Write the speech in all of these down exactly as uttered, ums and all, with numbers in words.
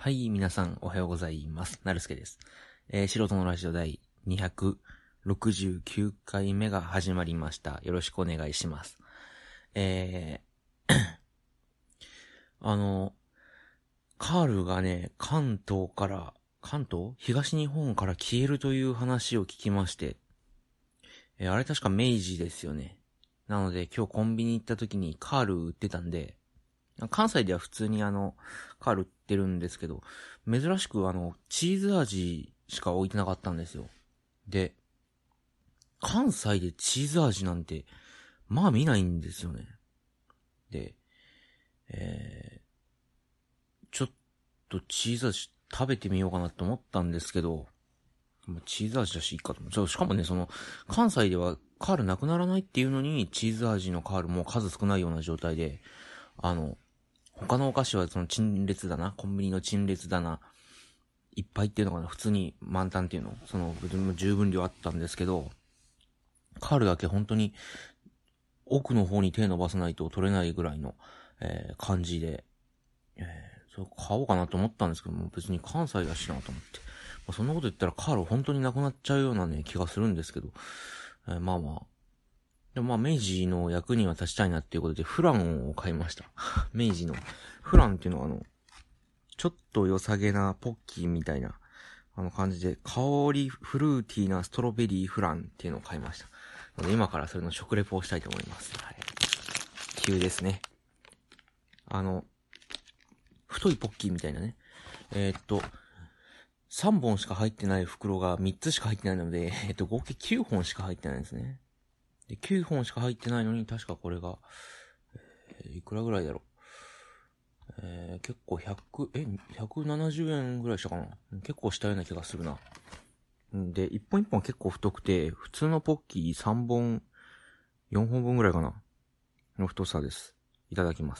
はい、皆さんおはようございます。なるすけです。えー、素人のラジオ第にひゃくろくじゅうきゅうかいめが始まりました。よろしくお願いします。えー、あの、カールがね、関東から、関東東日本から消えるという話を聞きまして、えー、あれ確か明治ですよね。なので今日コンビニ行った時にカール売ってたんで、関西では普通にあの、カール売ってるんですけど、珍しくあの、チーズ味しか置いてなかったんですよ。で、関西でチーズ味なんて、まあ見ないんですよね。で、えー、ちょっとチーズ味食べてみようかなと思ったんですけど、チーズ味だしいいかと思う。しかもね、その、関西ではカールなくならないっていうのに、チーズ味のカールも数少ないような状態で、あの、他のお菓子はその陳列だな、コンビニの陳列だな、いっぱいっていうのが普通に満タンっていうの、その十分量あったんですけど、カールだけ本当に奥の方に手伸ばさないと取れないぐらいの、えー、感じで、えー、それ買おうかなと思ったんですけども、別に関西だしなと思って。まあ、そんなこと言ったらカール本当になくなっちゃうようなね、気がするんですけど、えー、まあまあ、でもまあ明治の役には立ちたいなっていうことでフランを買いました。明治の。フランっていうのはあの、ちょっと良さげなポッキーみたいな、あの感じで、香りフルーティーなストロベリーフランっていうのを買いました。なので今からそれの食レポをしたいと思います。はい。急ですね。あの、太いポッキーみたいなね。えー、っと、さんぼんしか入ってない袋がみっつしか入ってないので、えー、っと、合計きゅうほんしか入ってないんですね。で、きゅうほんしか入ってないのに、確かこれが、えー、いくらぐらいだろう。えー、結構ひゃく、え、ひゃくななじゅうえんぐらいしたかな。結構したような気がするな。で、一本一本結構太くて、普通のポッキーさんぼん、よんほんぶんぐらいかな。の太さです。いただきます。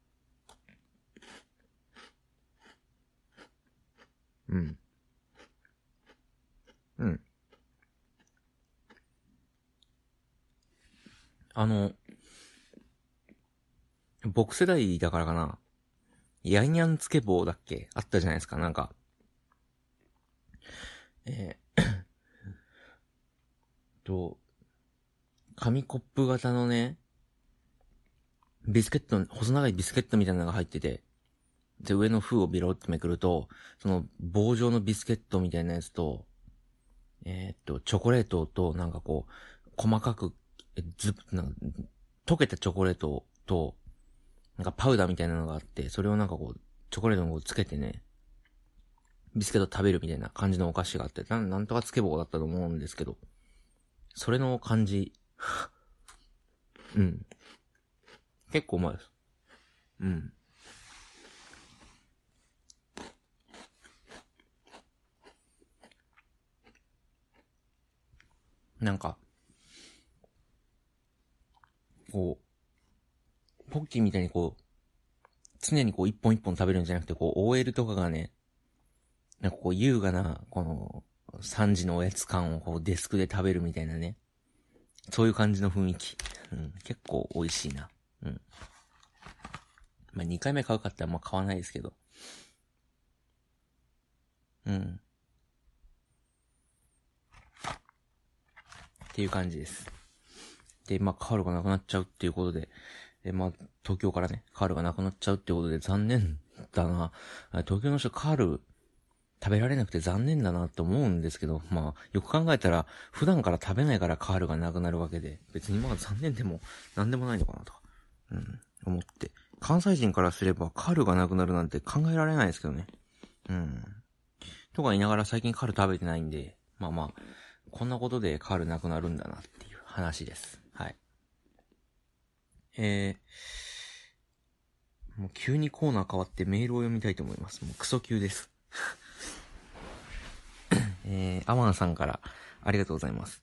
うん。うん。あの、僕世代だからかな。ヤンニャンつけ棒だっけあったじゃないですか、なんか。えー、と、紙コップ型のね、ビスケット、細長いビスケットみたいなのが入ってて、で、上の封をビロってめくると、その棒状のビスケットみたいなやつと、えー、っと、チョコレートと、なんかこう、細かく、ず、なんか、溶けたチョコレートと、なんかパウダーみたいなのがあって、それをなんかこう、チョコレートにつけてね、ビスケット食べるみたいな感じのお菓子があって、なん、なんとかつけ棒だったと思うんですけど、それの感じ、うん。結構うまいです。うん。なんか、こう、ポッキーみたいにこう、常にこう一本一本食べるんじゃなくて、こう、オーエル とかがね、なんかこう優雅な、この、さんじのおやつ感をこうデスクで食べるみたいなね。そういう感じの雰囲気。うん、結構美味しいな。うん。まあ、にかいめ買うかってあんま買わないですけど。うん。っていう感じです。で、まあ、カールがなくなっちゃうっていうことで、で、まあ、東京からね、カールがなくなっちゃうっていうことで残念だな。東京の人カール食べられなくて残念だなって思うんですけど、まあ、よく考えたら、普段から食べないからカールがなくなるわけで、別にまあ残念でも、なんでもないのかなとか、うん、思って。関西人からすればカールがなくなるなんて考えられないですけどね。うん。とか言いながら最近カール食べてないんで、まあまあ、こんなことでカールなくなるんだなっていう話です。はい。えー、もう急にコーナー変わってメールを読みたいと思います。もうクソ急です。えー、アマンさんからありがとうございます。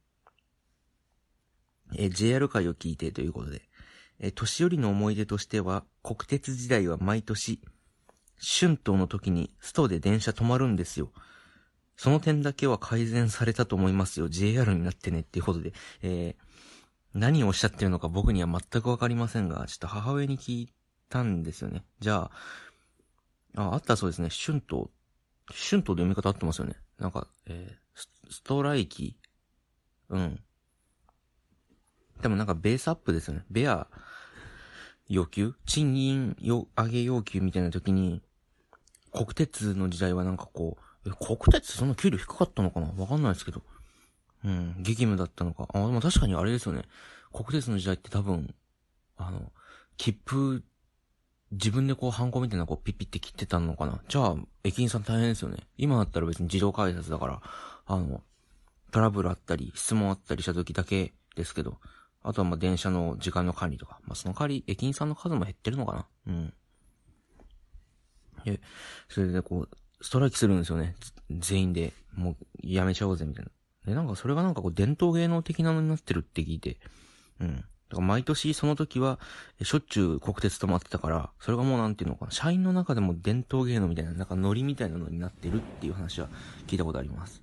えー、ジェイアール 会を聞いてということで、えー、年寄りの思い出としては、国鉄時代は毎年、春闘の時にストで電車止まるんですよ。その点だけは改善されたと思いますよ。ジェイアール になってねっていうことで、えー、何をおっしゃってるのか僕には全くわかりませんが、ちょっと母親に聞いたんですよね。じゃあ、 あ、あったそうですね。春闘。春闘で読み方合ってますよね。なんか、えー、スストライキ。うん。でもなんかベースアップですよね。ベア要求賃金上げ要求みたいな時に、国鉄の時代はなんかこう、え、国鉄その給料低かったのかなわかんないですけど。うん、激務だったのか。あ、でも確かにあれですよね。国鉄の時代って多分、あの、切符、自分でこう、ハンコみたいなこう、ピッピって切ってたのかな。じゃあ、駅員さん大変ですよね。今だったら別に自動改札だから、あの、トラブルあったり、質問あったりした時だけですけど、あとはまあ電車の時間の管理とか、まあその代わり駅員さんの数も減ってるのかな。うん。で、それでこう、ストライキするんですよね。全員で、もうやめちゃおうぜみたいな。で、なんかそれがなんかこう伝統芸能的なのになってるって聞いて、うん。だから毎年その時は、しょっちゅう国鉄止まってたから、それがもうなんていうのかな、社員の中でも伝統芸能みたいな、なんかノリみたいなのになってるっていう話は聞いたことあります。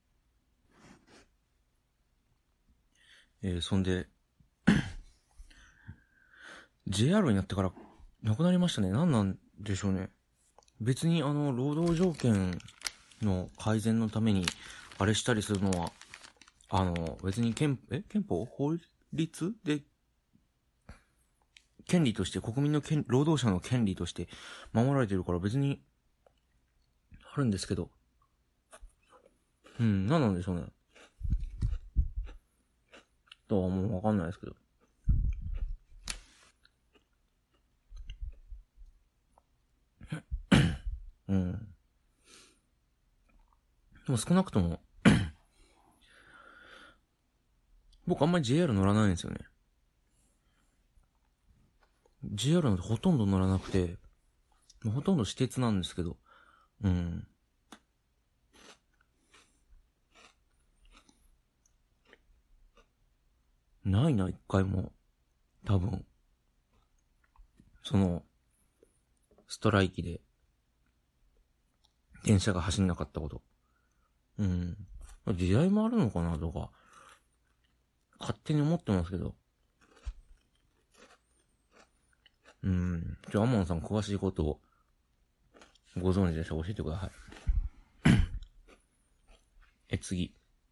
えー、そんで、ジェイアール になってからなくなりましたね。何なんでしょうね。別にあの、労働条件の改善のために、あれしたりするのは、あの、別に憲、え憲法法律で、権利として、国民の権、労働者の権利として守られてるから別に、あるんですけど。うん、何なんでしょうね。とはもうわかんないですけど。うん。でも少なくとも僕あんまり ジェイアール 乗らないんですよね。ジェイアール なんてほとんど乗らなくて、もうほとんど私鉄なんですけど、うん。ないな、一回も。多分。その、ストライキで、電車が走んなかったこと。うん。時代もあるのかなとか、勝手に思ってますけど。うん。じゃあ、アモンさん詳しいことをご存知でしたら教えてください。え、次。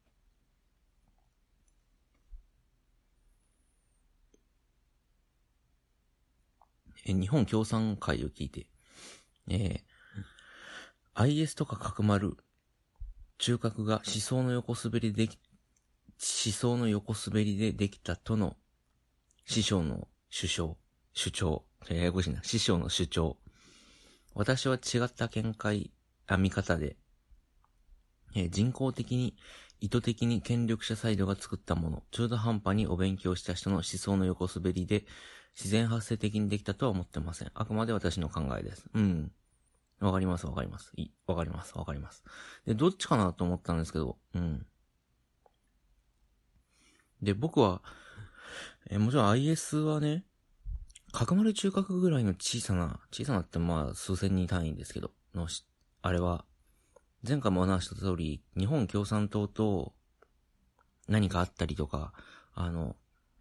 え、日本共産会を聞いて、えー、アイエス とか角丸、中核が思想の横滑りでき、思想の横滑りでできたとの師匠の主張、主張、ややこしいな、師匠の主張。私は違った見解、あ、見方で、えー人工的に、意図的に権力者サイドが作ったもの、中途半端にお勉強した人の思想の横滑りで、自然発生的にできたとは思ってません。あくまで私の考えです。うん。わかります、わかります。い、わかります、わかります。で、どっちかなと思ったんですけど、うん。で、僕は、えーもちろん アイエス はね、角丸中核ぐらいの小さな、小さなってまあ数千人単位ですけど、のし、あれは、前回もお話した通り、日本共産党と何かあったりとか、あの、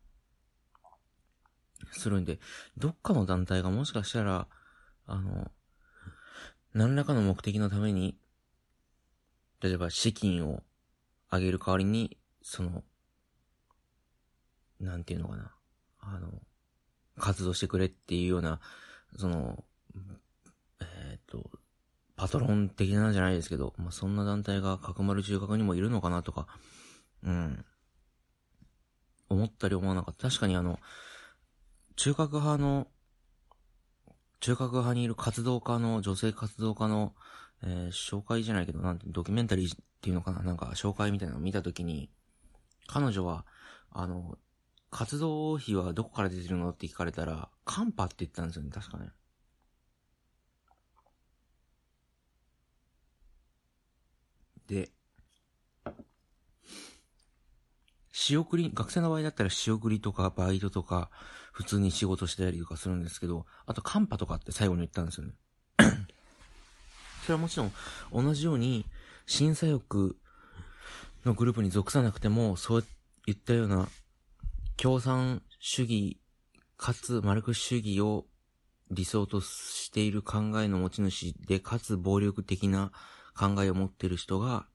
するんで、どっかの団体がもしかしたら、あの、何らかの目的のために、例えば資金を上げる代わりに、その、なんていうのかな、あの、活動してくれっていうような、その、えっと、パトロン的なんじゃないですけど、まあ、そんな団体が角丸中核にもいるのかなとか、うん、思ったり思わなかった。確かにあの、中核派の、中核派にいる活動家の、女性活動家の、えー紹介じゃないけど、なんて、ドキュメンタリーっていうのかな、なんか紹介みたいなのを見たときに、彼女は、あの、活動費はどこから出てるのって聞かれたら、カンパって言ったんですよね、確かね。で、仕送り、学生の場合だったら仕送りとかバイトとか、普通に仕事してたりとかするんですけど、あとカンパとかって最後に言ったんですよね。それはもちろん、同じように、審査欲のグループに属さなくても、そういったような、共産主義、かつマルクス主義を理想としている考えの持ち主で、かつ暴力的な考えを持っている人が、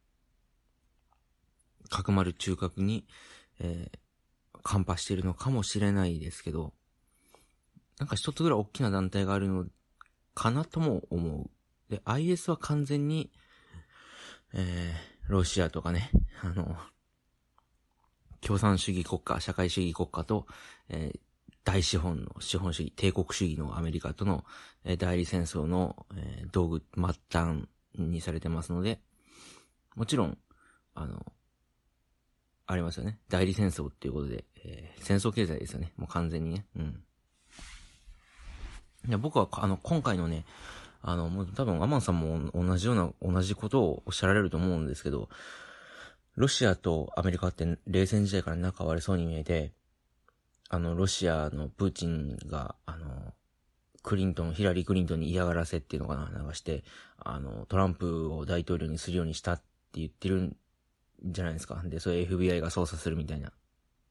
かくまる中核に、えー、カンパしているのかもしれないですけど、なんか一つぐらい大きな団体があるのかなとも思う。で、アイエス は完全に、えー、ロシアとかね、あの、共産主義国家、社会主義国家と、えー、大資本の資本主義、帝国主義のアメリカとの、えー、代理戦争の、えー、道具、末端にされてますので、もちろん、あの、ありますよね。代理戦争っていうことで、えー、戦争経済ですよね。もう完全にね。うん。いや僕は、あの、今回のね、あの、もう多分アマンさんも同じような、同じことをおっしゃられると思うんですけど、ロシアとアメリカって冷戦時代から仲悪そうに見えて、あの、ロシアのプーチンが、あの、クリントン、ヒラリー・クリントンに嫌がらせっていうのかな、なんかして、あの、トランプを大統領にするようにしたって言ってるんじゃないですか。で、それ エフビーアイ が捜査するみたいな。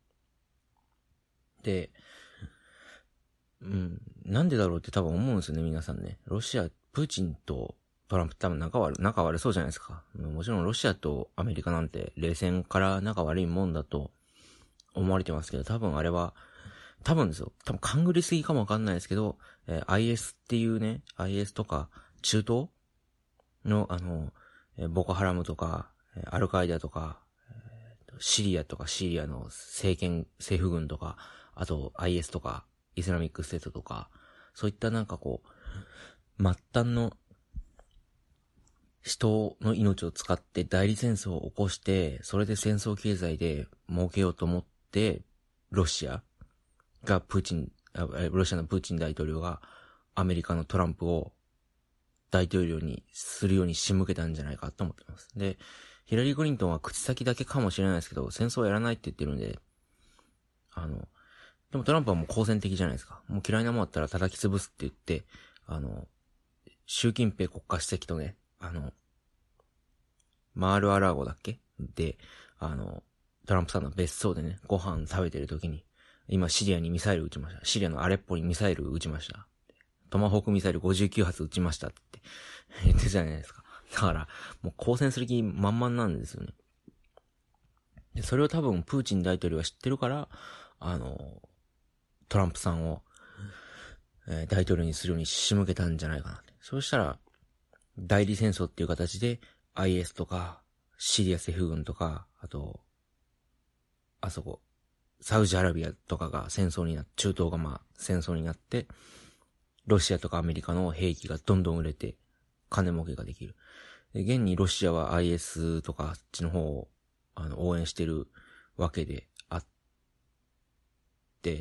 で、うん、なんでだろうって多分思うんですよね、皆さんね。ロシア、プーチンとトランプ多分仲悪、仲悪そうじゃないですか。もちろんロシアとアメリカなんて冷戦から仲悪いもんだと思われてますけど、多分あれは、多分ですよ。多分勘ぐりすぎかもわかんないですけど、えー、アイエス っていうね、アイエス とか中東のあの、えー、ボコハラムとか、えー、アルカイダとか、えー、シリアとかシリアの政権、政府軍とか、あと アイエス とか、イスラミックステートとか、そういったなんかこう、末端の人の命を使って代理戦争を起こして、それで戦争経済で儲けようと思って、ロシアがプーチン、ロシアのプーチン大統領がアメリカのトランプを大統領にするように仕向けたんじゃないかと思ってます。で、ヒラリー・クリントンは口先だけかもしれないですけど、戦争をやらないって言ってるんで、あの、でもトランプはもう好戦的じゃないですか。もう嫌いなもんあったら叩き潰すって言って、あの、習近平国家主席とね、あの、マール・ア・ラーゴだっけで、あの、トランプさんの別荘でね、ご飯食べてる時に、今シリアにミサイル撃ちました。シリアのアレッポにミサイル撃ちました。トマホークミサイルごじゅうきゅう発撃ちましたって言ってたじゃないですか。だから、もう交戦する気満々なんですよね。で、それを多分プーチン大統領は知ってるから、あの、トランプさんを、えー、大統領にするように仕向けたんじゃないかなって。そうしたら、代理戦争っていう形で アイエス とか、シリア政府軍とか、あと、あそこ、サウジアラビアとかが戦争になって、中東がまあ戦争になって、ロシアとかアメリカの兵器がどんどん売れて、金儲けができる。で、現にロシアは アイエス とかあっちの方を、あの、応援してるわけであって、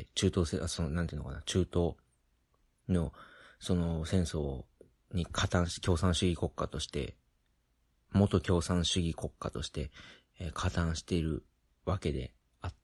中東せ、その、なんていうのかな、中東の、その戦争に加担し、共産主義国家として、元共産主義国家として、えー、加担しているわけであって、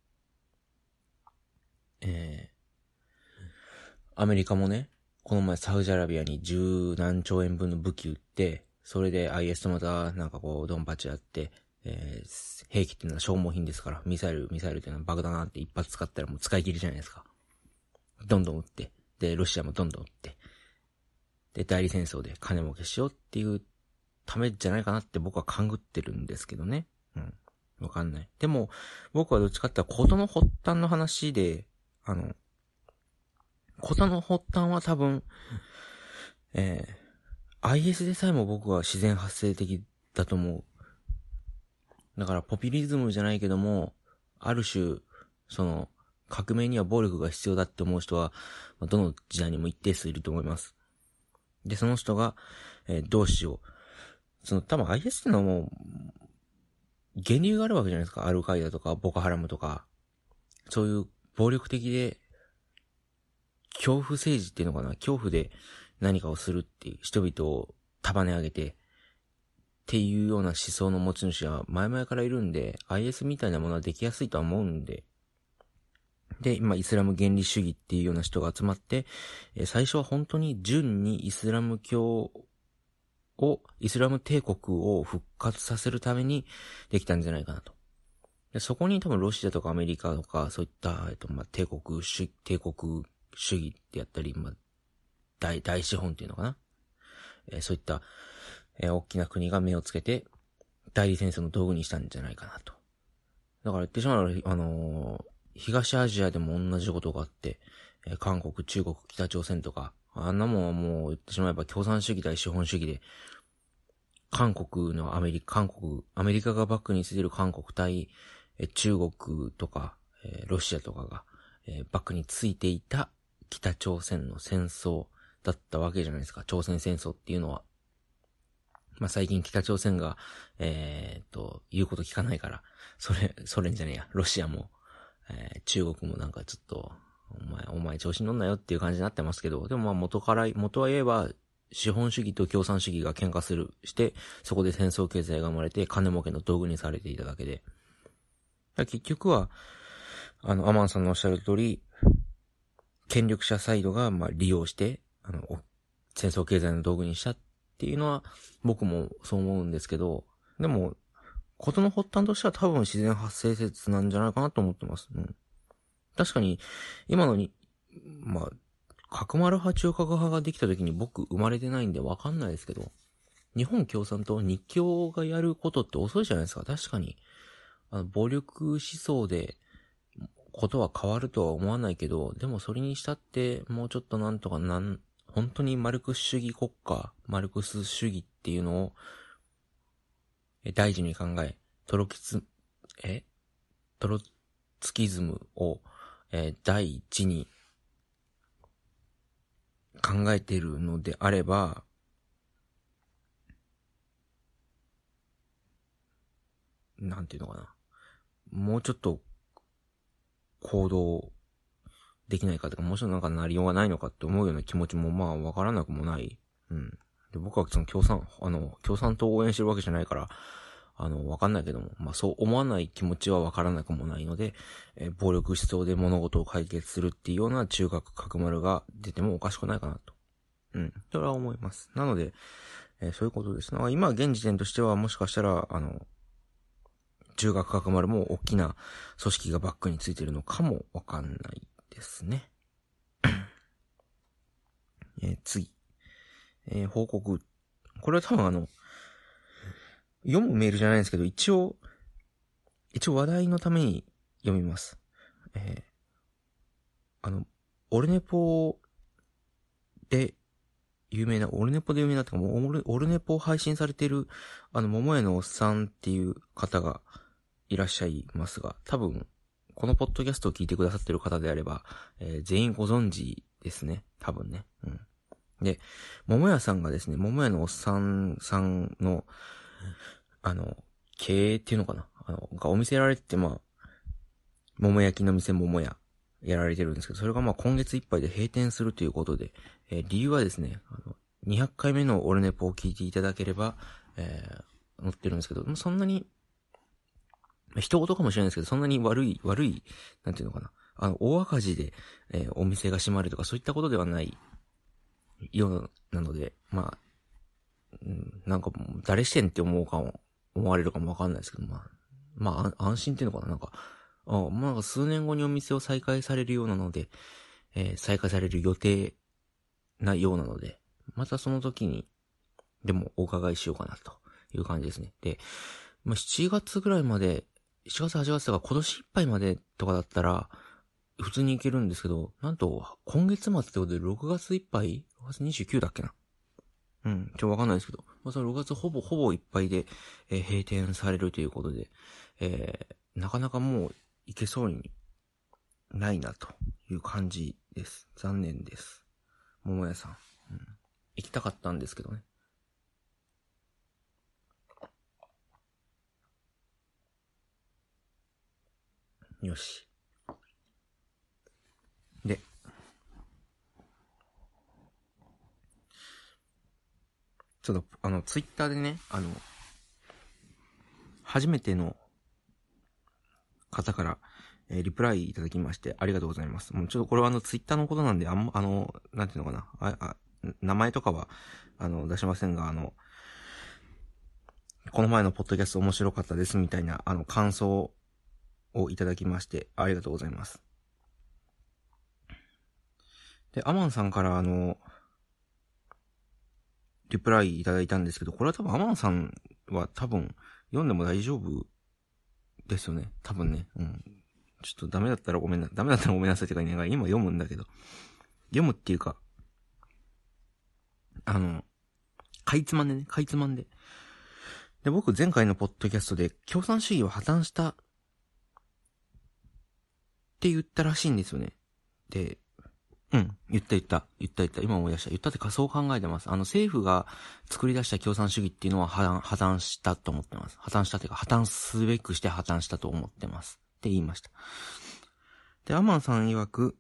えー、アメリカもね、この前サウジアラビアに十何兆円分の武器売って、それで アイエス とまたなんかこうドンパチやって、えー、兵器っていうのは消耗品ですから、ミサイル、ミサイルっていうのは爆弾なんて一発使ったらもう使い切りじゃないですか。どんどん撃って、で、ロシアもどんどん撃って、で、代理戦争で金儲けしようっていうためじゃないかなって僕は勘ぐってるんですけどね。うん。わかんない。でも、僕はどっちかって言ったら、事の発端の話で、あの、事の発端は多分、えー、アイエス でさえも僕は自然発生的だと思う。だから、ポピュリズムじゃないけども、ある種、その、革命には暴力が必要だって思う人は、どの時代にも一定数いると思います。で、その人が、えー、どうしよう。その、多分 アイエス ってのはもう、源流があるわけじゃないですか。アルカイダとか、ボカハラムとか、そういう暴力的で、恐怖政治っていうのかな。恐怖で何かをするっていう、人々を束ね上げて、っていうような思想の持ち主は前々からいるんで、アイエス みたいなものはできやすいとは思うんで、で、今、イスラム原理主義っていうような人が集まって、最初は本当に純にイスラム教を、イスラム帝国を復活させるためにできたんじゃないかなと。でそこに多分ロシアとかアメリカとか、そういった、えっと、まあ、帝国主、帝国主義ってやったり、まあ、 大、大資本っていうのかな。えー、そういった、えー、大きな国が目をつけて、代理戦争の道具にしたんじゃないかなと。だから言ってしまうと、あのー、東アジアでも同じことがあって、えー、韓国、中国、北朝鮮とか、あんなもんはもう言ってしまえば共産主義対資本主義で、韓国のアメリカ、韓国、アメリカがバックについてる韓国対、えー、中国とか、えー、ロシアとかが、えー、バックについていた北朝鮮の戦争だったわけじゃないですか。朝鮮戦争っていうのは。まあ、最近北朝鮮が、えー、っと、言うこと聞かないから、それ、ソ連じゃねえや、ロシアも、えー、中国もなんかちょっと、お前、お前調子に乗んなよっていう感じになってますけど、でもまあ元から、元は言えば、資本主義と共産主義が喧嘩する、して、そこで戦争経済が生まれて、金儲けの道具にされていただけで。結局は、あの、アマンさんのおっしゃる通り、権力者サイドが、まあ、利用して、あの、戦争経済の道具にしたっていうのは、僕もそう思うんですけど、でも、ことの発端としては多分自然発生説なんじゃないかなと思ってます。うん、確かに、今のに、まあ、角丸派中核派ができた時に僕生まれてないんでわかんないですけど、日本共産党、日共がやることって遅いじゃないですか。確かに、あの暴力思想で、ことは変わるとは思わないけど、でもそれにしたって、もうちょっとなんとかなん、本当にマルクス主義国家、マルクス主義っていうのを、大事に考え、トロキツ、えトロツキズムを、えー、第一に考えているのであれば、なんていうのかな。もうちょっと行動できないかとか、もうちょっとなんかなりようがないのかって思うような気持ちもまあわからなくもない。うん。で、僕はその共産、あの、共産党を応援してるわけじゃないから、あの、わかんないけども、まあそう思わない気持ちはわからなくもないので、えー、暴力思想で物事を解決するっていうような中学角丸が出てもおかしくないかなと。うん。それは思います。なので、えー、そういうことですね。今現時点としてはもしかしたら、あの、中学角丸も大きな組織がバックについてるのかもわかんないですね。えー、次。えー、報告。これは多分あの、読むメールじゃないんですけど、一応、一応話題のために読みます。えー、あの、オルネポで有名な、オルネポで有名なってか、もうオル、オルネポを配信されている、あの、桃屋のおっさんっていう方がいらっしゃいますが、多分、このポッドキャストを聞いてくださってる方であれば、えー、全員ご存知ですね。多分ね。うん。で、桃屋さんがですね、桃屋のおっさんさんの、あの、経営っていうのかなあの、がお店やられてて、まあ、桃焼きの店桃屋やられてるんですけど、それがまあ今月いっぱいで閉店するということで、えー、理由はですね、あの、にひゃっかいめのオルネポを聞いていただければ、えー、載ってるんですけど、そんなに、人事かもしれないですけど、そんなに悪い、悪い、なんていうのかな。あの、大赤字で、えー、お店が閉まるとか、そういったことではないようなので、まあ、うん、なんか、誰してんって思うかも、思われるかもわかんないですけど、まあ、まあ、安心っていうのかな。なんか、あまあ、なんか数年後にお店を再開されるようなので、えー、再開される予定なようなので、またその時に、でもお伺いしようかなという感じですね。で、まあ、しちがつぐらいまで、しちがつはちがつとか今年いっぱいまでとかだったら、普通に行けるんですけど、なんと、今月末ってことでろくがついっぱい ?ろくがつにじゅうくだっけな。うん、ちょっとわかんないですけど、まあ、そのろくがつほぼほぼいっぱいで、えー、閉店されるということで、えー、なかなかもう行けそうにないなという感じです。残念です。桃屋さん、うん。行きたかったんですけどね。よし。で、ちょっと、あの、ツイッターでね、あの、初めての方から、えー、リプライいただきまして、ありがとうございます。もうちょっとこれはあの、ツイッターのことなんで、あんま、あの、なんていうのかな。あ、あ、名前とかは、あの、出しませんが、あの、この前のポッドキャスト面白かったですみたいな、あの、感想をいただきまして、ありがとうございます。で、アマンさんからあの、 リプライいただいたんですけど、これは多分アマンさんは多分読んでも大丈夫ですよね。多分ね。うん。ちょっとダメだったらごめんな、ダメだったらごめんなさいってかね、今読むんだけど。読むっていうか、あの、かいつまんでね、かいつまんで。で、僕前回のポッドキャストで共産主義は破綻したって言ったらしいんですよね。で、うん、言った言った、言った言った、今思い出した。言ったってかそう考えてます。あの政府が作り出した共産主義っていうのは破綻、破綻したと思ってます。破綻したっていうか破綻すべくして破綻したと思ってます。って言いました。で、アマンさん曰く、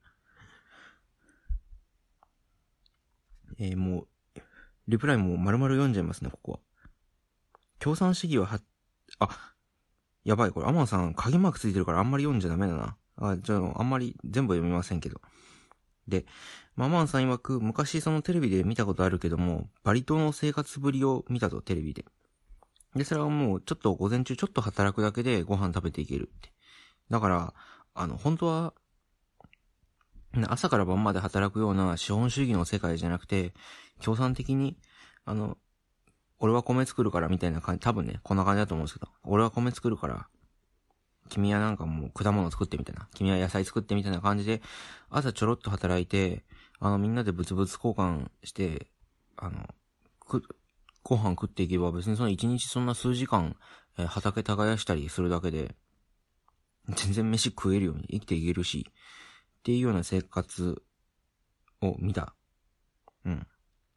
えー、もう、リプライも丸々読んじゃいますね、ここは。共産主義はは、あ、やばい、これアマンさん鍵マークついてるからあんまり読んじゃダメだな。あ、じゃあ、あんまり全部読みませんけど。で、ママンさん曰く、昔そのテレビで見たことあるけども、バリ島の生活ぶりを見たと、テレビで。で、それはもう、ちょっと午前中ちょっと働くだけでご飯食べていけるって。だから、あの、本当は、朝から晩まで働くような資本主義の世界じゃなくて、共産的に、あの、俺は米作るからみたいな感じ、多分ね、こんな感じだと思うんですけど、俺は米作るから、君はなんかもう果物作ってみたいな、君は野菜作ってみたいな感じで、朝ちょろっと働いて、あの、みんなでブツブツ交換して、あの、く、ご飯食っていけば別にその一日そんな数時間、えー、畑耕したりするだけで、全然飯食えるように生きていけるし、っていうような生活を見た。うん。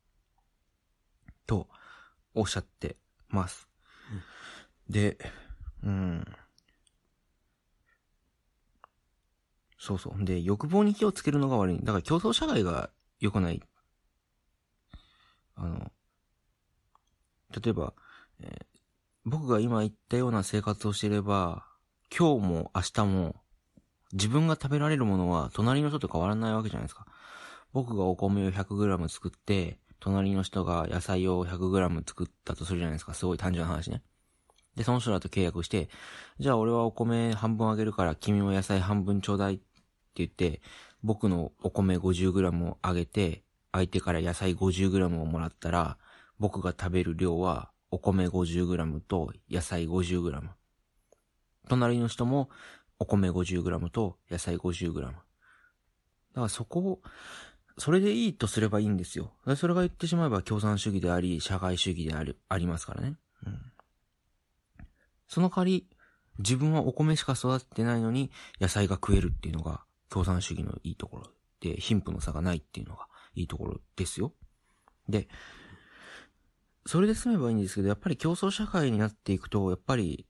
と、おっしゃってます。で、うん。そうそう。で、欲望に火をつけるのが悪い。だから競争社会が良くない。あの、例えば、えー、僕が今言ったような生活をしていれば、今日も明日も自分が食べられるものは隣の人と変わらないわけじゃないですか。僕がお米を ひゃくグラム 作って、隣の人が野菜を ひゃくグラム 作ったとするじゃないですか。すごい単純な話ね。で、その人だと契約して、じゃあ俺はお米半分あげるから君も野菜半分ちょうだいって言って、僕のお米 ごじゅうグラム をあげて、相手から野菜 ごじゅうグラム をもらったら、僕が食べる量はお米 ごじゅうグラム と野菜 ごじゅうグラム。隣の人もお米 ごじゅうグラム と野菜 ごじゅうグラム。だからそこを、それでいいとすればいいんですよ。それが言ってしまえば共産主義であり、社会主義である、ありますからね。うん。その代わり、自分はお米しか育ってないのに野菜が食えるっていうのが共産主義のいいところで、貧富の差がないっていうのがいいところですよ。で、それで済めばいいんですけど、やっぱり競争社会になっていくと、やっぱり、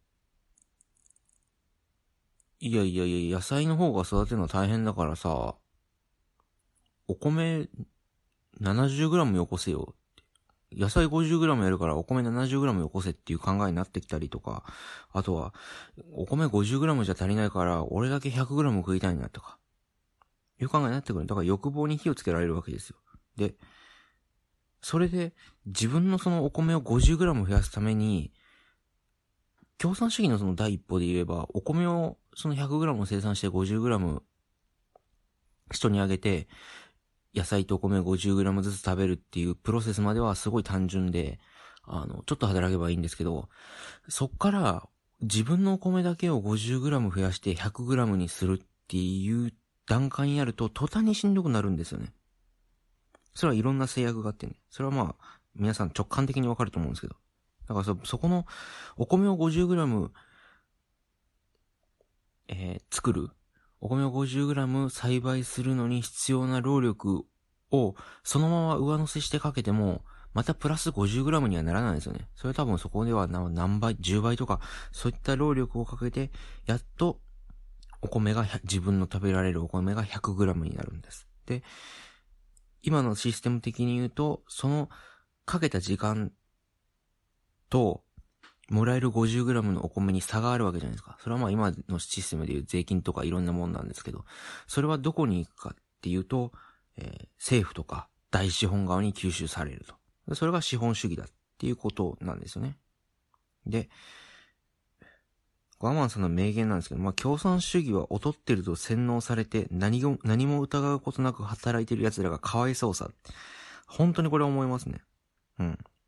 いやいやいや、野菜の方が育てるの大変だからさ、お米 ななじゅうグラム よこせよ。野菜 ごじゅうグラム やるからお米 ななじゅうグラム よこせっていう考えになってきたりとか、あとは、お米 ごじゅうグラム じゃ足りないから俺だけ ひゃくグラム 食いたいなとか、いう考えになってくる。だから欲望に火をつけられるわけですよ。で、それで自分のそのお米を ごじゅうグラム 増やすために、共産主義のその第一歩で言えば、お米をその ひゃくグラム 生産して ごじゅうグラム 人にあげて、野菜とお米 ごじゅうグラム ずつ食べるっていうプロセスまではすごい単純で、あの、ちょっと働けばいいんですけど、そっから自分のお米だけを ごじゅうグラム 増やして ひゃくグラム にするっていう段階になると途端にしんどくなるんですよね。それはいろんな制約があってね。それはまあ、皆さん直感的にわかると思うんですけど。だからそ、そこのお米を ごじゅうグラム、えー、作る。お米を ごじゅうグラム 栽培するのに必要な労力をそのまま上乗せしてかけても、またプラス ごじゅうグラム にはならないんですよね。それは多分そこでは何倍、じゅうばいとか、そういった労力をかけて、やっとお米が、自分の食べられるお米が ひゃくグラム になるんです。で、今のシステム的に言うと、そのかけた時間と、もらえる ごじゅうグラム のお米に差があるわけじゃないですか。それはまあ今のシステムでいう税金とかいろんなもんなんですけど、それはどこに行くかっていうと、えー、政府とか大資本側に吸収されると。それが資本主義だっていうことなんですよね。で、ワマンさんの名言なんですけど、まあ共産主義は劣ってると洗脳されて何も、何も疑うことなく働いてる奴らがかわいそうさ。本当にこれ思いますね。うん。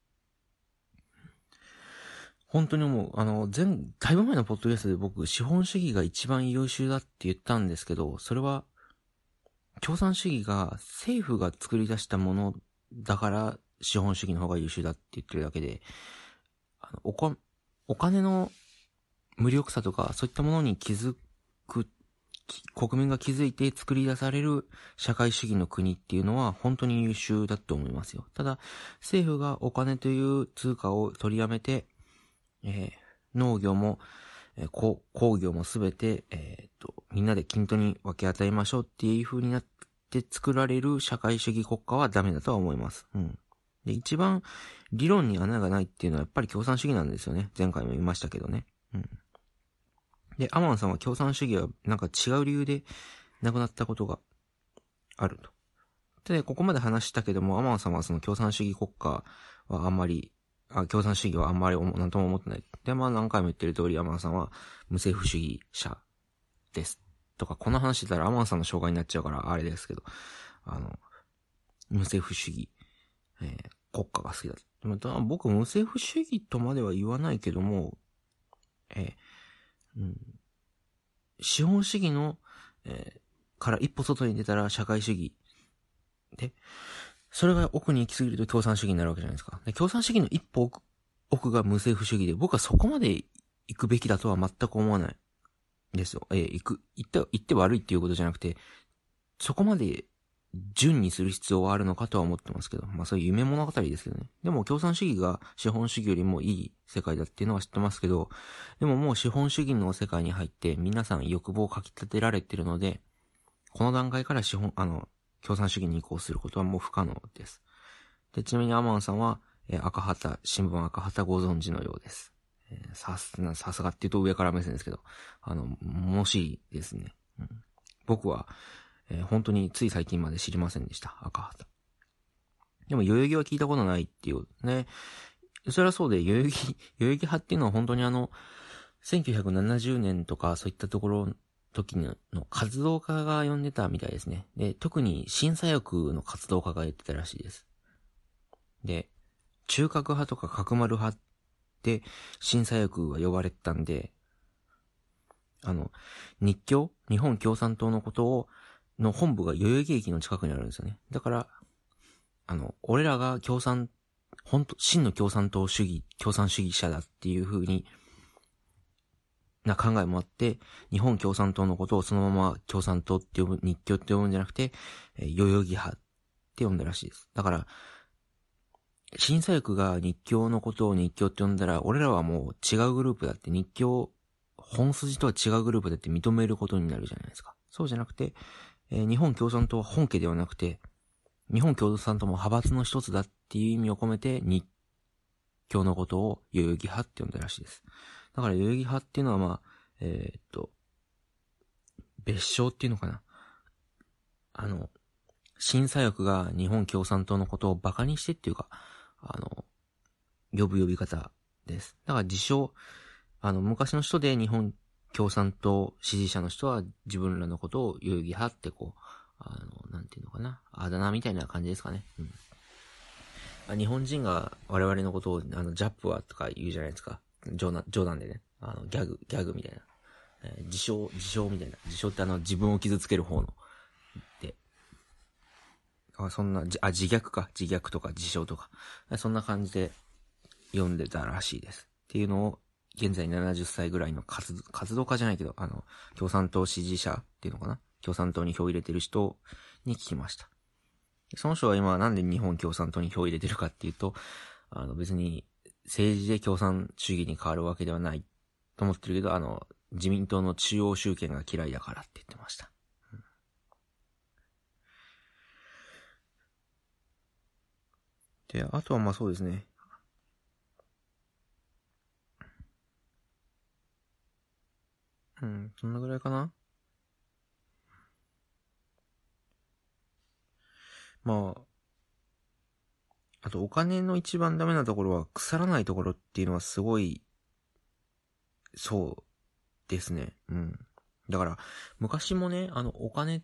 本当に思う。あの、前、だいぶ前のポッドキャストで僕、資本主義が一番優秀だって言ったんですけど、それは、共産主義が政府が作り出したものだから資本主義の方が優秀だって言ってるだけで、あのおこお金の無力さとかそういったものに気づく、国民が気づいて作り出される社会主義の国っていうのは本当に優秀だと思いますよ。ただ、政府がお金という通貨を取りやめて、えー、農業も、えー、工工業もすべて、えー、っと、みんなで均等に分け与えましょうっていう風になって作られる社会主義国家はダメだとは思います。うん。で、一番理論に穴がないっていうのはやっぱり共産主義なんですよね。前回も言いましたけどね。うん。で、アマンさんは共産主義はなんか違う理由で亡くなったことがあると。で、ここまで話したけども、アマンさんはその共産主義国家はあんまり、あ、共産主義はあんまりなんとも思ってない。で、まあ何回も言ってる通り、アマンさんは無政府主義者です。とか、この話してたらアマンさんの障害になっちゃうからあれですけど、あの、無政府主義、えー、国家が好きだ。また僕無政府主義とまでは言わないけども、えーうん、資本主義の、えー、から一歩外に出たら社会主義で、それが奥に行き過ぎると共産主義になるわけじゃないですか。で、共産主義の一歩奥、奥が無政府主義で、僕はそこまで行くべきだとは全く思わないですよ。えー、行く、行って、行って悪いっていうことじゃなくて、そこまで順にする必要はあるのかとは思ってますけど、まあそういう夢物語ですけどね。でも共産主義が資本主義よりもいい世界だっていうのは知ってますけど、でももう資本主義の世界に入って皆さん欲望をかき立てられてるので、この段階から資本、あの、共産主義に移行することはもう不可能です。で、ちなみにアマンさんは、えー、赤旗、新聞赤旗ご存知のようです。えー、さすが、さすがって言うと上から目線ですけど、あの、もしいですね。うん、僕は、えー、本当につい最近まで知りませんでした。赤旗。でも、代々木は聞いたことないっていうね。それはそうで、代々木、代々木派っていうのは本当にあの、せんきゅうひゃくななじゅうねんとかそういったところ、時の活動家が呼んでたみたいですね。で、特に新左翼の活動家が言ってたらしいです。で、中核派とか角丸派って新左翼が呼ばれてたんで、あの、日共日本共産党のことを、の本部が代々木駅の近くにあるんですよね。だから、あの、俺らが共産、本当真の共産党主義、共産主義者だっていう風に、な考えもあって、日本共産党のことをそのまま共産党って呼ぶ、日共って呼ぶんじゃなくて、えー、代々木派って呼んだらしいです。だから、新左翼が日共のことを日共って呼んだら、俺らはもう違うグループだって、日共、本筋とは違うグループだって認めることになるじゃないですか。そうじゃなくて、えー、日本共産党は本家ではなくて、日本共産党も派閥の一つだっていう意味を込めて、日共のことを代々木派って呼んだらしいです。だから代々木派っていうのはまあ、えー、っと、別称っていうのかな。あの、新左翼が日本共産党のことをバカにしてっていうか、あの、呼ぶ呼び方です。だから自称、あの、昔の人で日本共産党支持者の人は自分らのことを代々木派ってこう、あの、なんていうのかな。あだ名みたいな感じですかね。うん。日本人が我々のことを、あの、ジャップはとか言うじゃないですか。冗談、冗談でね。あの、ギャグ、ギャグみたいな。えー、自称、自称みたいな。自称ってあの、自分を傷つける方の。で。あ、そんな、あ、自虐か。自虐とか自称とか。そんな感じで読んでたらしいです。っていうのを、現在ななじゅっさいぐらいの活、活動家じゃないけど、あの、共産党支持者っていうのかな。共産党に票を入れてる人に聞きました。その人は今なんで日本共産党に票を入れてるかっていうと、あの別に政治で共産主義に変わるわけではないと思ってるけど、あの、自民党の中央集権が嫌いだからって言ってました。うん、で、あとはまあそうですね。うん、そんなぐらいかな。まあ、あとお金の一番ダメなところは腐らないところっていうのはすごい、そうですね。うん。だから、昔もね、あの、お金、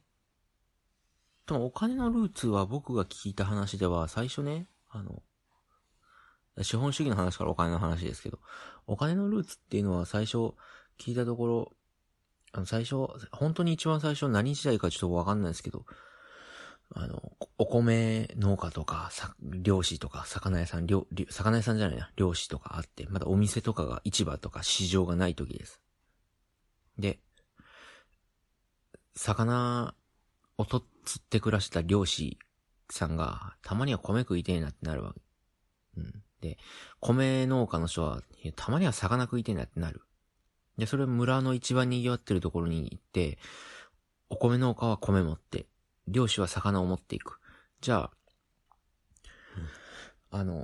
とお金のルーツは僕が聞いた話では、最初ね、あの、 資本主義の話からお金の話ですけど、お金のルーツっていうのは最初聞いたところ、あの最初、本当に一番最初何時代かちょっとわかんないですけど、あの、お米農家とか、さ漁師とか、魚屋さん、漁、魚屋さんじゃないな、漁師とかあって、まだお店とかが、市場とか市場がない時です。で、魚をと釣って暮らした漁師さんが、たまには米食いてえなってなるわけ。うん。で、米農家の人は、たまには魚食いてえなってなる。で、それ村の一番賑わってるところに行って、お米農家は米持って、漁師は魚を持っていく。じゃあ、あの、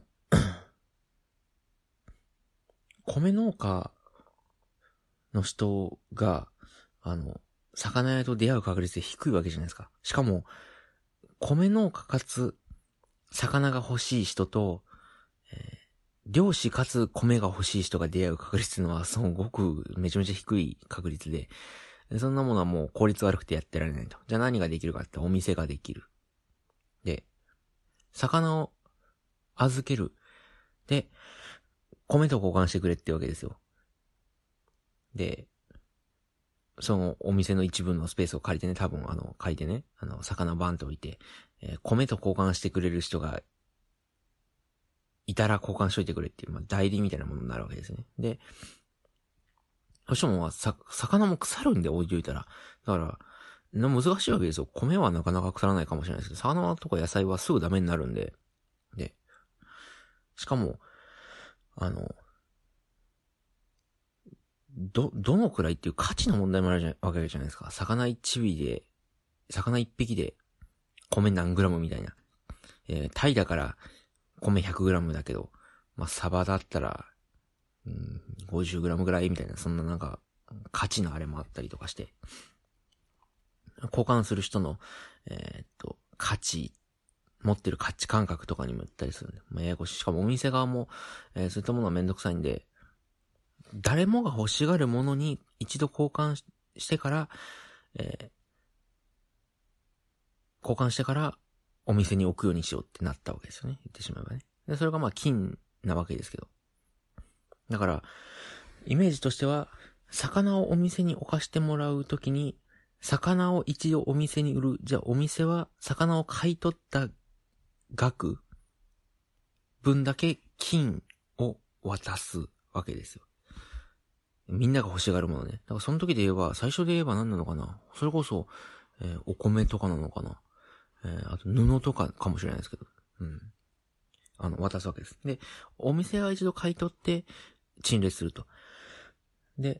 米農家の人が、あの、魚屋と出会う確率低いわけじゃないですか。しかも、米農家かつ、魚が欲しい人と、えー、漁師かつ米が欲しい人が出会う確率のは、すごくめちゃめちゃ低い確率で、そんなものはもう効率悪くてやってられないと。じゃあ何ができるかってお店ができる。で、魚を預ける。で、米と交換してくれってわけですよ。で、そのお店の一部のスペースを借りてね、多分あの、借りてね、あの、魚バンと置いて、えー、米と交換してくれる人が、いたら交換しといてくれっていう、まあ、代理みたいなものになるわけですね。で、どうしても、さ、魚も腐るんで置いといたら。だから、難しいわけですよ。米はなかなか腐らないかもしれないですけど、魚とか野菜はすぐダメになるんで。で、しかも、あの、ど、どのくらいっていう価値の問題もあるじゃわけじゃないですか。魚一尾で、魚一匹で、米何グラムみたいな。えー、タイだから、米ひゃくグラムだけど、まあ、サバだったら、うん、ごじゅうグラムぐらいみたいな、そんななんか、価値のあれもあったりとかして、交換する人の、えー、っと、価値、持ってる価値感覚とかにも言ったりするんで、まあ、ややこしい。しかもお店側も、えー、そういったものはめんどくさいんで、誰もが欲しがるものに一度交換してから、えー、交換してからお店に置くようにしようってなったわけですよね。言ってしまえばね。で、それがまあ金なわけですけど。だから、イメージとしては、魚をお店に置かしてもらうときに、魚を一度お店に売る。じゃあお店は魚を買い取った額分だけ金を渡すわけですよ。みんなが欲しがるものね。だからその時で言えば、最初で言えば何なのかな。それこそ、えー、お米とかなのかな。えー、あと布とかかもしれないですけど。うん。あの、渡すわけです。で、お店は一度買い取って、陳列すると。で、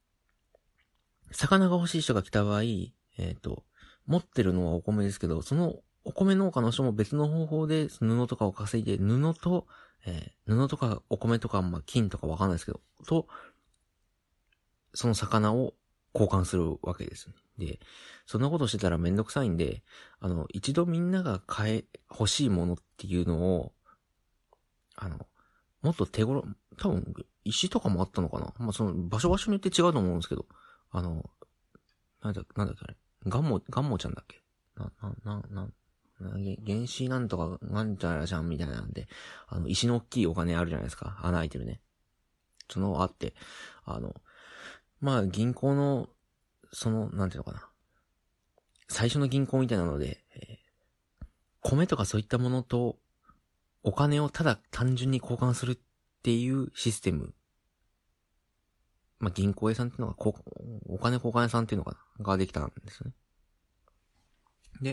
魚が欲しい人が来た場合、えっと、持ってるのはお米ですけど、そのお米農家の人も別の方法で布とかを稼いで、布と、えー、布とかお米とか、まあ、金とかわかんないですけど、と、その魚を交換するわけです。で、そんなことしてたらめんどくさいんで、あの、一度みんなが買え、欲しいものっていうのを、あの、もっと手頃、多分、石とかもあったのかな。まあ、その、場所場所によって違うと思うんですけど、あの、なんだ、なんだっけあれ。ガンモ、ガンモちゃんだっけな、な、な、な、原子なんとか、なんちゃらじゃんみたいなんで、あの、石の大きいお金あるじゃないですか。穴開いてるね。その、あって、あの、まあ、銀行の、その、なんていうのかな。最初の銀行みたいなので、えー、米とかそういったものと、お金をただ単純に交換するっていうシステム。まあ、銀行屋さんっていうのが、お金交換屋さんっていうのかなができたんですよね。で、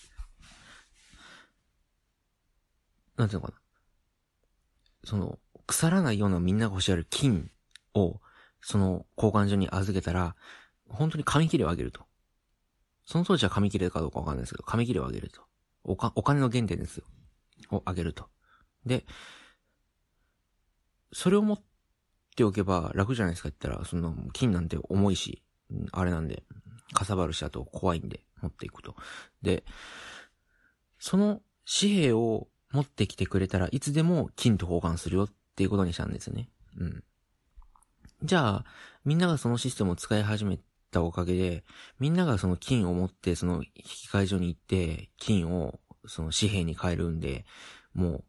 なんていうのかな。その、腐らないようなみんなが欲しがる金を、その交換所に預けたら、本当に紙切れをあげると。その当時は紙切れかどうかわかんないですけど、紙切れをあげると。おか、お金の原点ですよ。をあげると。で、それを持っておけば楽じゃないですかって言ったら、その金なんて重いし、あれなんで、かさばるし、あと怖いんで持っていくと。で、その紙幣を持ってきてくれたらいつでも金と交換するよっていうことにしたんですよね。うん。じゃあ、みんながそのシステムを使い始めたおかげで、みんながその金を持ってその引き換え所に行って、金をその紙幣に変えるんで、もう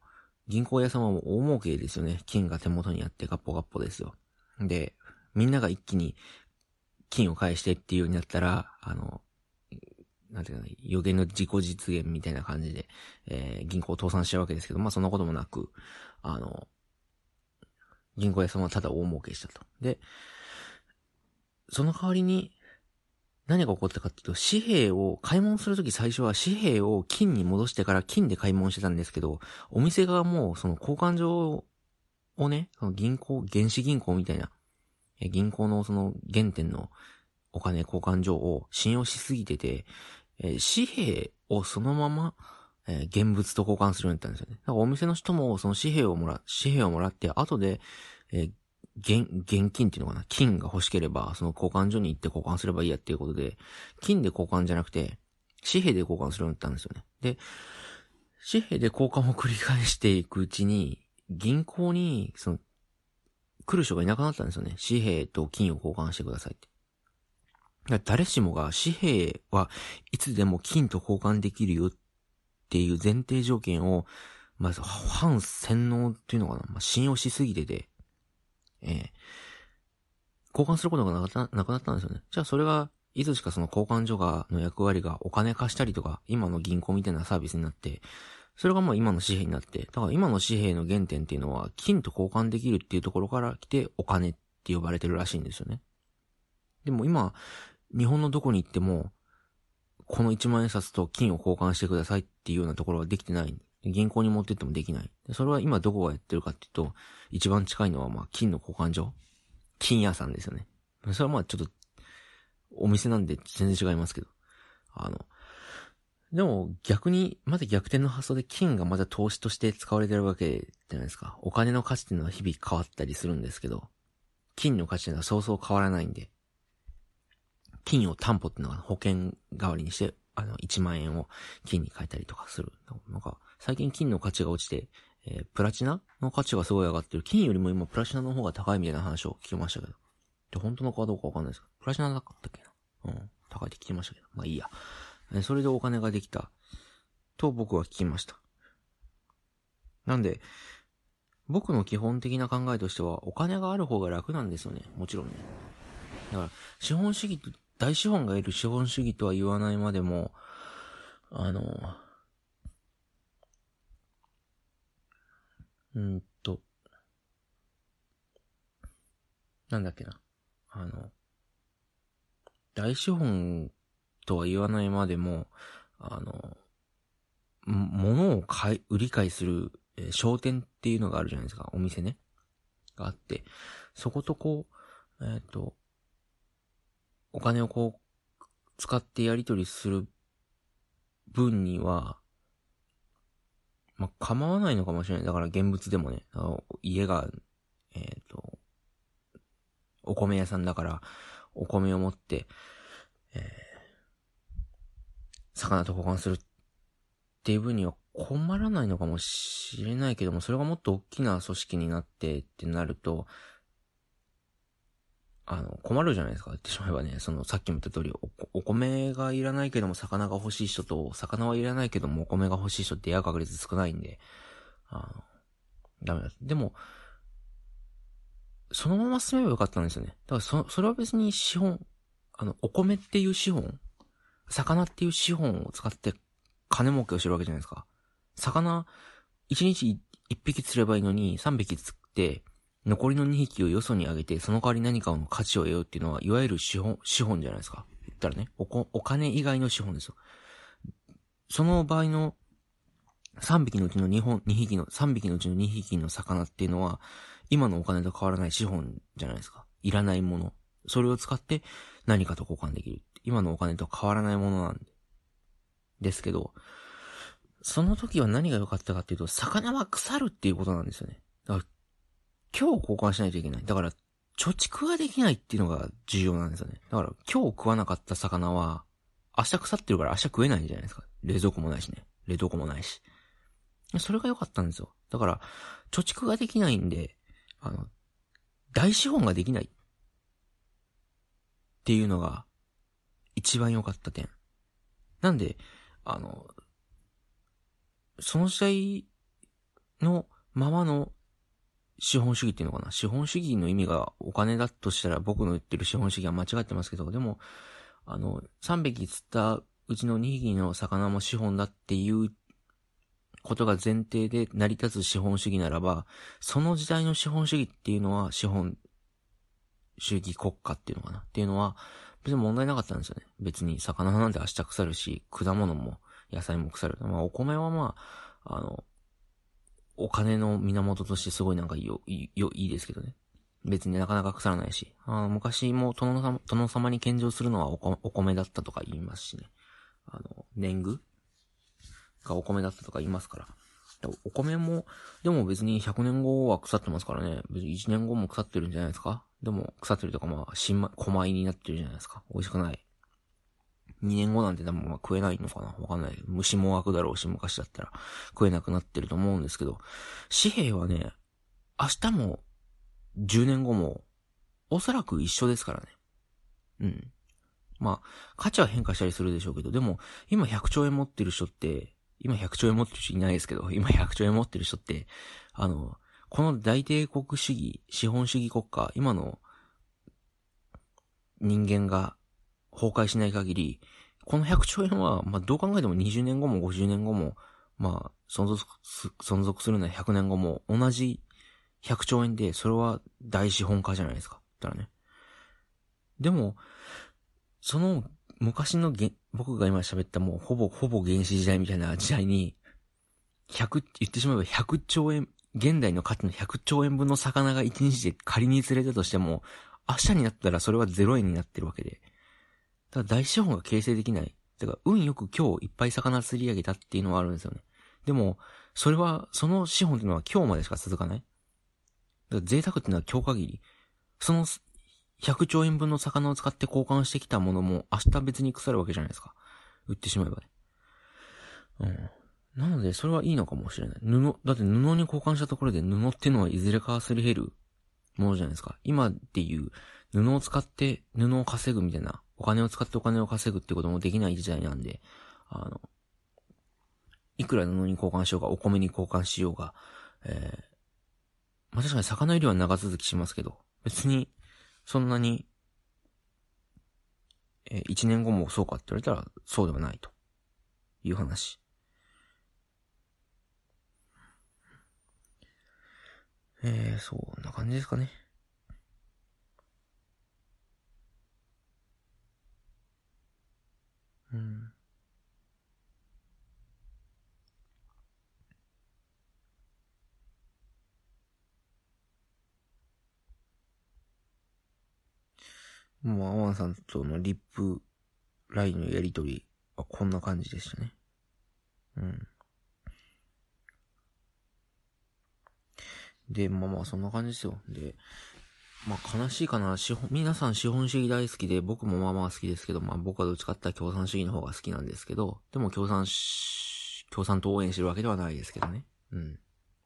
銀行屋さんはもう大儲けですよね。金が手元にあってガッポガッポですよ。で、みんなが一気に金を返してっていうようになったら、あの、なんていうかな、予言の自己実現みたいな感じで、えー、銀行を倒産しちゃうわけですけど、まあそんなこともなく、あの、銀行屋さんはただ大儲けしたと。で、その代わりに、何が起こったかっていうと、紙幣を買い物するとき最初は紙幣を金に戻してから金で買い物してたんですけど、お店側もその交換所をね、その銀行、原始銀行みたいな、銀行のその原点のお金交換所を信用しすぎてて、えー、紙幣をそのまま、えー、現物と交換するようになったんですよね。だからお店の人もその紙幣をもら、紙幣をもらって、後で、えー現、現金っていうのかな、金が欲しければ、その交換所に行って交換すればいいやっていうことで、金で交換じゃなくて、紙幣で交換するようになったんですよね。で、紙幣で交換を繰り返していくうちに、銀行に、その、来る人がいなくなったんですよね。紙幣と金を交換してくださいって。だ誰しもが紙幣はいつでも金と交換できるよっていう前提条件を、まず、反洗脳っていうのかな、まあ、信用しすぎてて、えー、交換することがなくな、なくなったんですよね。じゃあそれが、いつしかその交換所が、の役割がお金貸したりとか、今の銀行みたいなサービスになって、それがまあ今の紙幣になって、だから今の紙幣の原点っていうのは、金と交換できるっていうところから来て、お金って呼ばれてるらしいんですよね。でも今、日本のどこに行っても、このいちまん円札と金を交換してくださいっていうようなところはできてない。銀行に持ってってもできない。それは今どこがやってるかっていうと、一番近いのはまあ金の交換所。金屋さんですよね。それはまあちょっと、お店なんで全然違いますけど。あの、でも逆に、まだ逆転の発想で金がまだ投資として使われてるわけじゃないですか。お金の価値っていうのは日々変わったりするんですけど、金の価値っていうのはそうそう変わらないんで、金を担保っていうのが保険代わりにして、あの、いちまん円を金に変えたりとかする。なんか、最近金の価値が落ちて、えー、プラチナの価値がすごい上がってる。金よりも今プラチナの方が高いみたいな話を聞きましたけど。で、本当のかどうかわかんないですけど、プラチナだったっけな。うん。高いって聞きましたけど。まあいいや。えー、それでお金ができた。と僕は聞きました。なんで、僕の基本的な考えとしては、お金がある方が楽なんですよね。もちろんね。だから、資本主義と、大資本がいる資本主義とは言わないまでも、あの、うんと、なんだっけな。あの、大資本とは言わないまでも、あの、物を買い、売り買いする、えー商店っていうのがあるじゃないですか。お店ね。があって、そことこう、えっと、お金をこう、使ってやり取りする分には、まあ、構わないのかもしれない。だから現物でもね、あの家が、えっと、お米屋さんだから、お米を持って、えー、魚と交換するっていう分には困らないのかもしれないけども、それがもっと大きな組織になってってなると、あの、困るじゃないですか。言ってしまえばね、その、さっきも言った通りお、お米がいらないけども魚が欲しい人と、魚はいらないけどもお米が欲しい人ってや確率少ないんで、あの、ダメだ。でも、そのまま進めばよかったんですよね。だからそ、それは別に資本、あの、お米っていう資本、魚っていう資本を使って金儲けをしてるわけじゃないですか。魚、一日一匹釣ればいいのに三匹釣って、残りの二匹をよそにあげて、その代わり何かの価値を得ようっていうのは、いわゆる資本、資本じゃないですか。言ったらね、おこ、お金以外の資本ですよ。その場合の三匹のうちの二本、二匹の、三匹のうちの二匹の魚っていうのは、今のお金と変わらない資本じゃないですか。いらないもの。それを使って何かと交換できる。今のお金と変わらないものなんで。ですけど、その時は何が良かったかっていうと、魚は腐るっていうことなんですよね。だから今日交換しないといけない。だから、貯蓄ができないっていうのが重要なんですよね。だから、今日食わなかった魚は、明日腐ってるから明日食えないんじゃないですか。冷蔵庫もないしね。冷凍庫もないし。それが良かったんですよ。だから、貯蓄ができないんで、あの、大資本ができないっていうのが、一番良かった点。なんで、あの、その時代のままの資本主義っていうのかな。資本主義の意味がお金だとしたら僕の言ってる資本主義は間違ってますけど、でも、あの、さんびき釣ったうちのにひきの魚も資本だっていうことが前提で成り立つ資本主義ならば、その時代の資本主義っていうのは資本主義国家っていうのかなっていうのは別に問題なかったんですよね。別に魚なんて明日腐るし、果物も野菜も腐る。まあお米はまあ、あの、お金の源としてすごいなんかよ、よ、いいですけどね。別になかなか腐らないし。あ昔も殿様、殿様に献上するのはお米お米だったとか言いますしね。あの、年貢がお米だったとか言いますから。お米も、でも別にひゃくねんごは腐ってますからね。別にいちねんごも腐ってるんじゃないですか。でも腐ってるとかまあ、新米、小米になってるじゃないですか。美味しくない。にねんごなんて多分まあ食えないのかなわかんない。虫も湧くだろうし、昔だったら食えなくなってると思うんですけど、紙幣はね、明日もじゅうねんごもおそらく一緒ですからね。うん。まあ、価値は変化したりするでしょうけど、でも、今ひゃくちょうえん持ってる人って、今ひゃくちょうえん持ってる人いないですけど、今ひゃくちょうえん持ってる人って、あの、この大帝国主義、資本主義国家、今の人間が崩壊しない限り、このひゃくちょうえんは、まあ、どう考えてもにじゅうねんごもごじゅうねんごも、まあ、存続す、存続するのはひゃくねんごも同じひゃくちょうえんで、それは大資本家じゃないですか。だからね。でも、その昔のげ僕が今喋ったもうほぼほぼ原始時代みたいな時代に、ひゃく、言ってしまえばひゃくちょうえん、現代の価値のひゃくちょうえんぶんの魚がいちにちで仮に釣れたとしても、明日になったらそれはゼロえんになってるわけで。だから大資本が形成できない。だから運よく今日いっぱい魚釣り上げたっていうのはあるんですよね。でも、それは、その資本っていうのは今日までしか続かない。だから贅沢っていうのは今日限り。そのひゃくちょうえんぶんの魚を使って交換してきたものも明日別に腐るわけじゃないですか。売ってしまえばね。うん。なので、それはいいのかもしれない。布、だって布に交換したところで布っていうのはいずれかすり減るものじゃないですか。今っていう布を使って布を稼ぐみたいな、お金を使ってお金を稼ぐってこともできない時代なんで、あの、いくら布に交換しようが、お米に交換しようが、えー、まあ、確かに魚よりは長続きしますけど、別に、そんなに、えー、いちねんごもそうかって言われたら、そうではないという話。えー、そんな感じですかね。うん。もう、アワンさんとのリップラインのやりとりはこんな感じでしたね。うん。で、まあまあ、そんな感じですよ。で、まあ悲しいかな。資本、皆さん資本主義大好きで、僕もまあまあ好きですけど、まあ僕はどっちかって言ったら共産主義の方が好きなんですけど、でも共産し、共産党を応援してるわけではないですけどね。うん。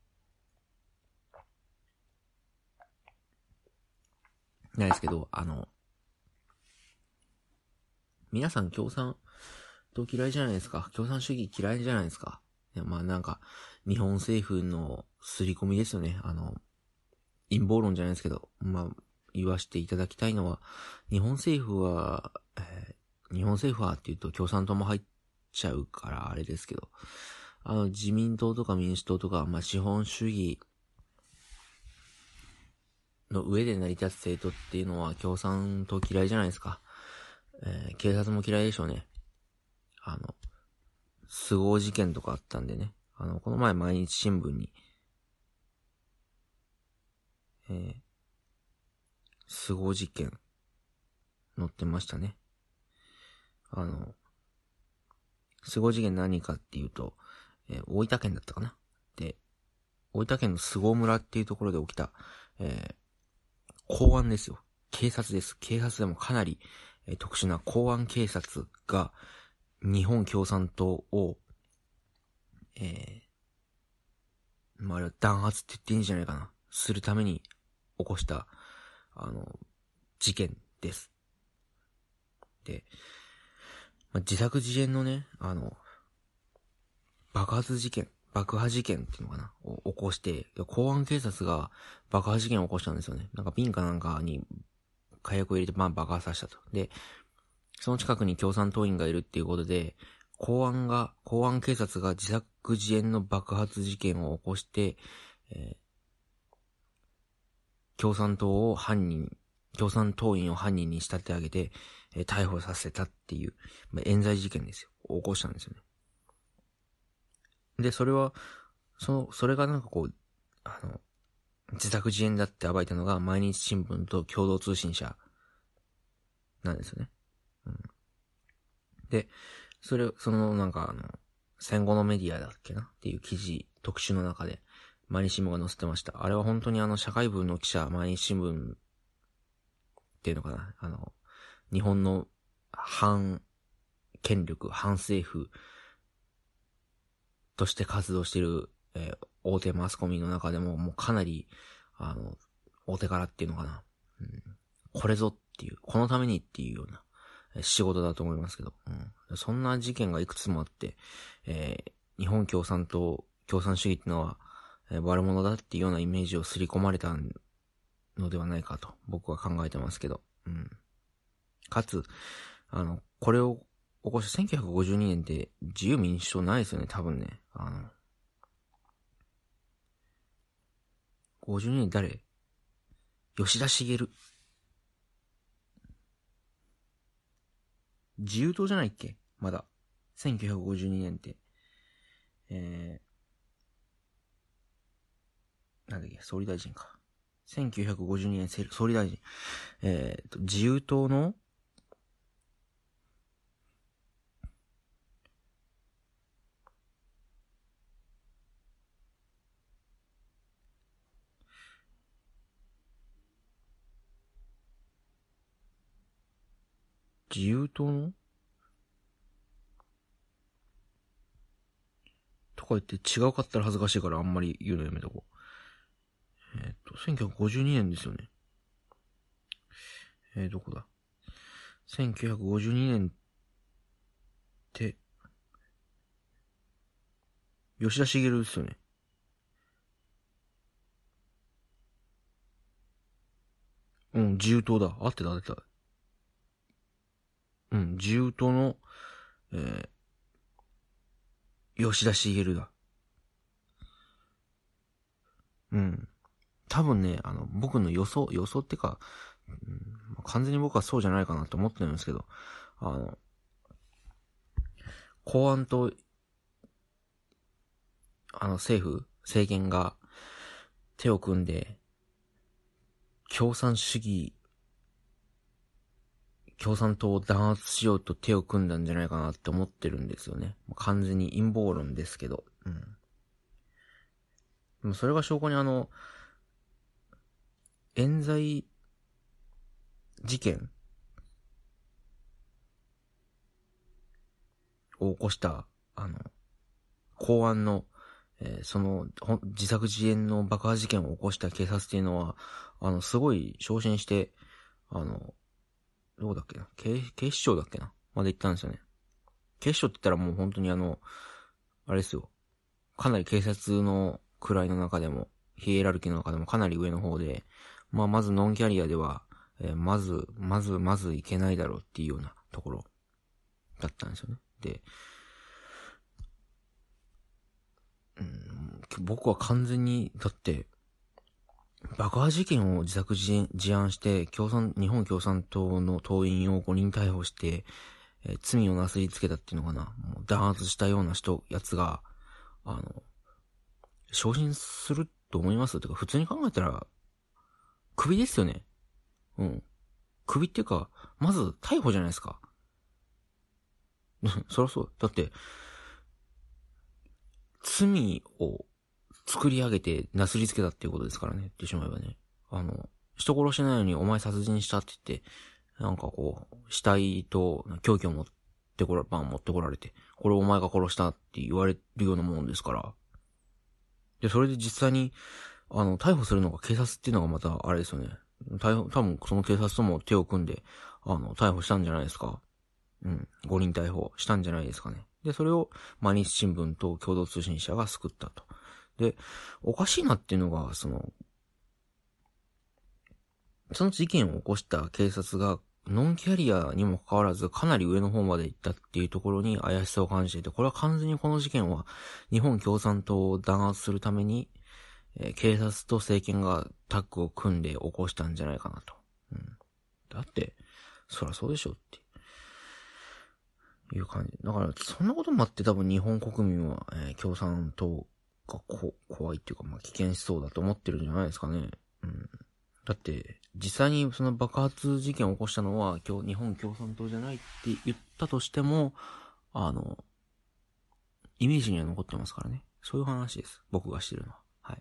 ないですけど、あの、皆さん共産党嫌いじゃないですか。共産主義嫌いじゃないですか。いやまあなんか、日本政府の刷り込みですよね。あの、陰謀論じゃないですけど、まあ、言わせていただきたいのは、日本政府は、えー、日本政府はって言うと共産党も入っちゃうからあれですけど、あの、自民党とか民主党とか、まあ、資本主義の上で成り立つ政党っていうのは共産党嫌いじゃないですか。えー、警察も嫌いでしょうね。あの、菅生事件とかあったんでね。あの、この前毎日新聞に、えー、菅生事件載ってましたね。あの、菅生事件何かっていうと、えー、大分県だったかな。で、大分県の菅生村っていうところで起きた、えー、公安ですよ。警察です。警察でもかなり、えー、特殊な公安警察が日本共産党を、えー、まあ、あれは弾圧って言っていいんじゃないかな。するために起こした、あの、事件です。で、まあ、自作自演のね、あの、爆発事件。 爆破事件っていうのかなを起こして、公安警察が爆破事件を起こしたんですよね。なんか瓶かなんかに火薬を入れてまあ爆破させたと。で、その近くに共産党員がいるっていうことで、公安が、公安警察が自作自演の爆発事件を起こして、えー、共産党を犯人、共産党員を犯人に仕立て上げて、えー、逮捕させたっていう、まあ、冤罪事件ですよ。起こしたんですよね。で、それは、その、それがなんかこう、あの、自作自演だって暴いたのが毎日新聞と共同通信社なんですよね。うん、で、それ、そのなんかあの、戦後のメディアだっけなっていう記事、特集の中で、毎日新聞が載せてました。あれは本当にあの、社会部の記者、毎日新聞っていうのかな、あの、日本の反権力、反政府として活動している、えー、大手マスコミの中でももうかなり、あの、大手柄っていうのかな、うん、これぞっていう、このためにっていうような仕事だと思いますけど、うん、そんな事件がいくつもあって、えー、日本共産党、共産主義っていうのは、えー、悪者だっていうようなイメージを刷り込まれたのではないかと僕は考えてますけど、うん、かつ、あの、これを起こしたせんきゅうひゃくごじゅうにねんって自由民主党ないですよね、多分ね。あの、ごじゅうにねん誰？吉田茂。自由党じゃないっけまだ。せんきゅうひゃくごじゅうにねんって。えー、なんだっけ総理大臣か。せんきゅうひゃくごじゅうにねん総理大臣。えーと、自由党の自由党のとか言って違うかったら恥ずかしいからあんまり言うのやめとこう。えっと、せんきゅうひゃくごじゅうにねんですよね。えー、どこだ ?せんきゅうひゃくごじゅうにねんって、吉田茂ですよね。うん、自由党だ。合ってた、合ってた。うん、自由党の、えー、吉田茂だ。うん。多分ね、あの、僕の予想、予想ってか、うん、完全に僕はそうじゃないかなと思ってるんですけど、あの、公安と、あの、政府、政権が手を組んで、共産主義、共産党を弾圧しようと手を組んだんじゃないかなって思ってるんですよね。完全に陰謀論ですけど。うん。でもそれが証拠にあの、冤罪事件を起こした、あの、公安の、えー、その、自作自演の爆破事件を起こした警察っていうのは、あの、すごい昇進して、あの、どこだっけな警、警視庁だっけなまで行ったんですよね。警視庁って言ったらもう本当にあの、あれですよ。かなり警察の位の中でも、ヒエラルキーの中でもかなり上の方で、まあまずノンキャリアでは、えー、まず、まず、まずいけないだろうっていうようなところだったんですよね。で、うん、僕は完全に、だって、爆破事件を自作自演自案して、共産、日本共産党の党員をごにん逮捕して、えー、罪をなすりつけたっていうのかな。もう弾圧したような人、やつが、あの、昇進すると思いますてか、普通に考えたら、首ですよね。うん。首っていうか、まず逮捕じゃないですか。そりゃそう。だって、罪を作り上げてなすりつけたっていうことですからね。言ってしまえばね。あの、人殺しないのにお前殺人したって言って、なんかこう、死体と凶器を持ってこら、まあ持ってこられて、これお前が殺したって言われるようなもんですから。で、それで実際に、あの、逮捕するのが警察っていうのがまた、あれですよね。逮捕、多分その警察とも手を組んで、あの、逮捕したんじゃないですか。うん。ごにん逮捕したんじゃないですかね。 で、それを毎日新聞と共同通信社が救ったと。で、おかしいなっていうのが、その、その事件を起こした警察が、ノンキャリアにもかかわらずかなり上の方まで行ったっていうところに怪しさを感じていて、これは完全にこの事件は日本共産党を弾圧するために、えー、警察と政権がタッグを組んで起こしたんじゃないかなと。うん、だって、そりゃそうでしょっていう感じ。だから、そんなこともあって多分日本国民は、えー、共産党がこ怖いっていうか、まあ、危険しそうだと思ってるんじゃないですかね。うん、だって、実際にその爆発事件を起こしたのは、今日日本共産党じゃないって言ったとしても、あの、イメージには残ってますからね。そういう話です。僕がしてるのは。はい。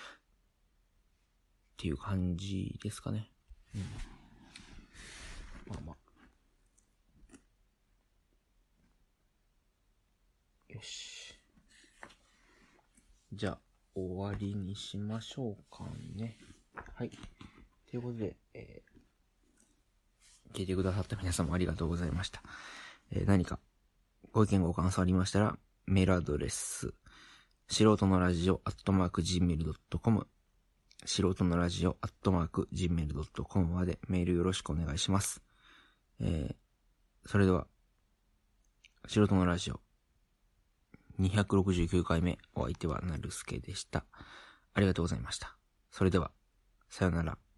っていう感じですかね。うん。まあまあ。よし。じゃあ、終わりにしましょうかね。はい。ということで、えー、聞いてくださった皆様ありがとうございました。えー、何かご意見ご感想ありましたら、メールアドレス、素人のラジオアットマーク ジーメールドットコム、素人のラジオアットマーク ジーメールドットコム までメールよろしくお願いします。えー、それでは、素人のラジオにひゃくろくじゅうきゅうかいめ、お相手はなるすけでした。ありがとうございました。それでは、さよなら。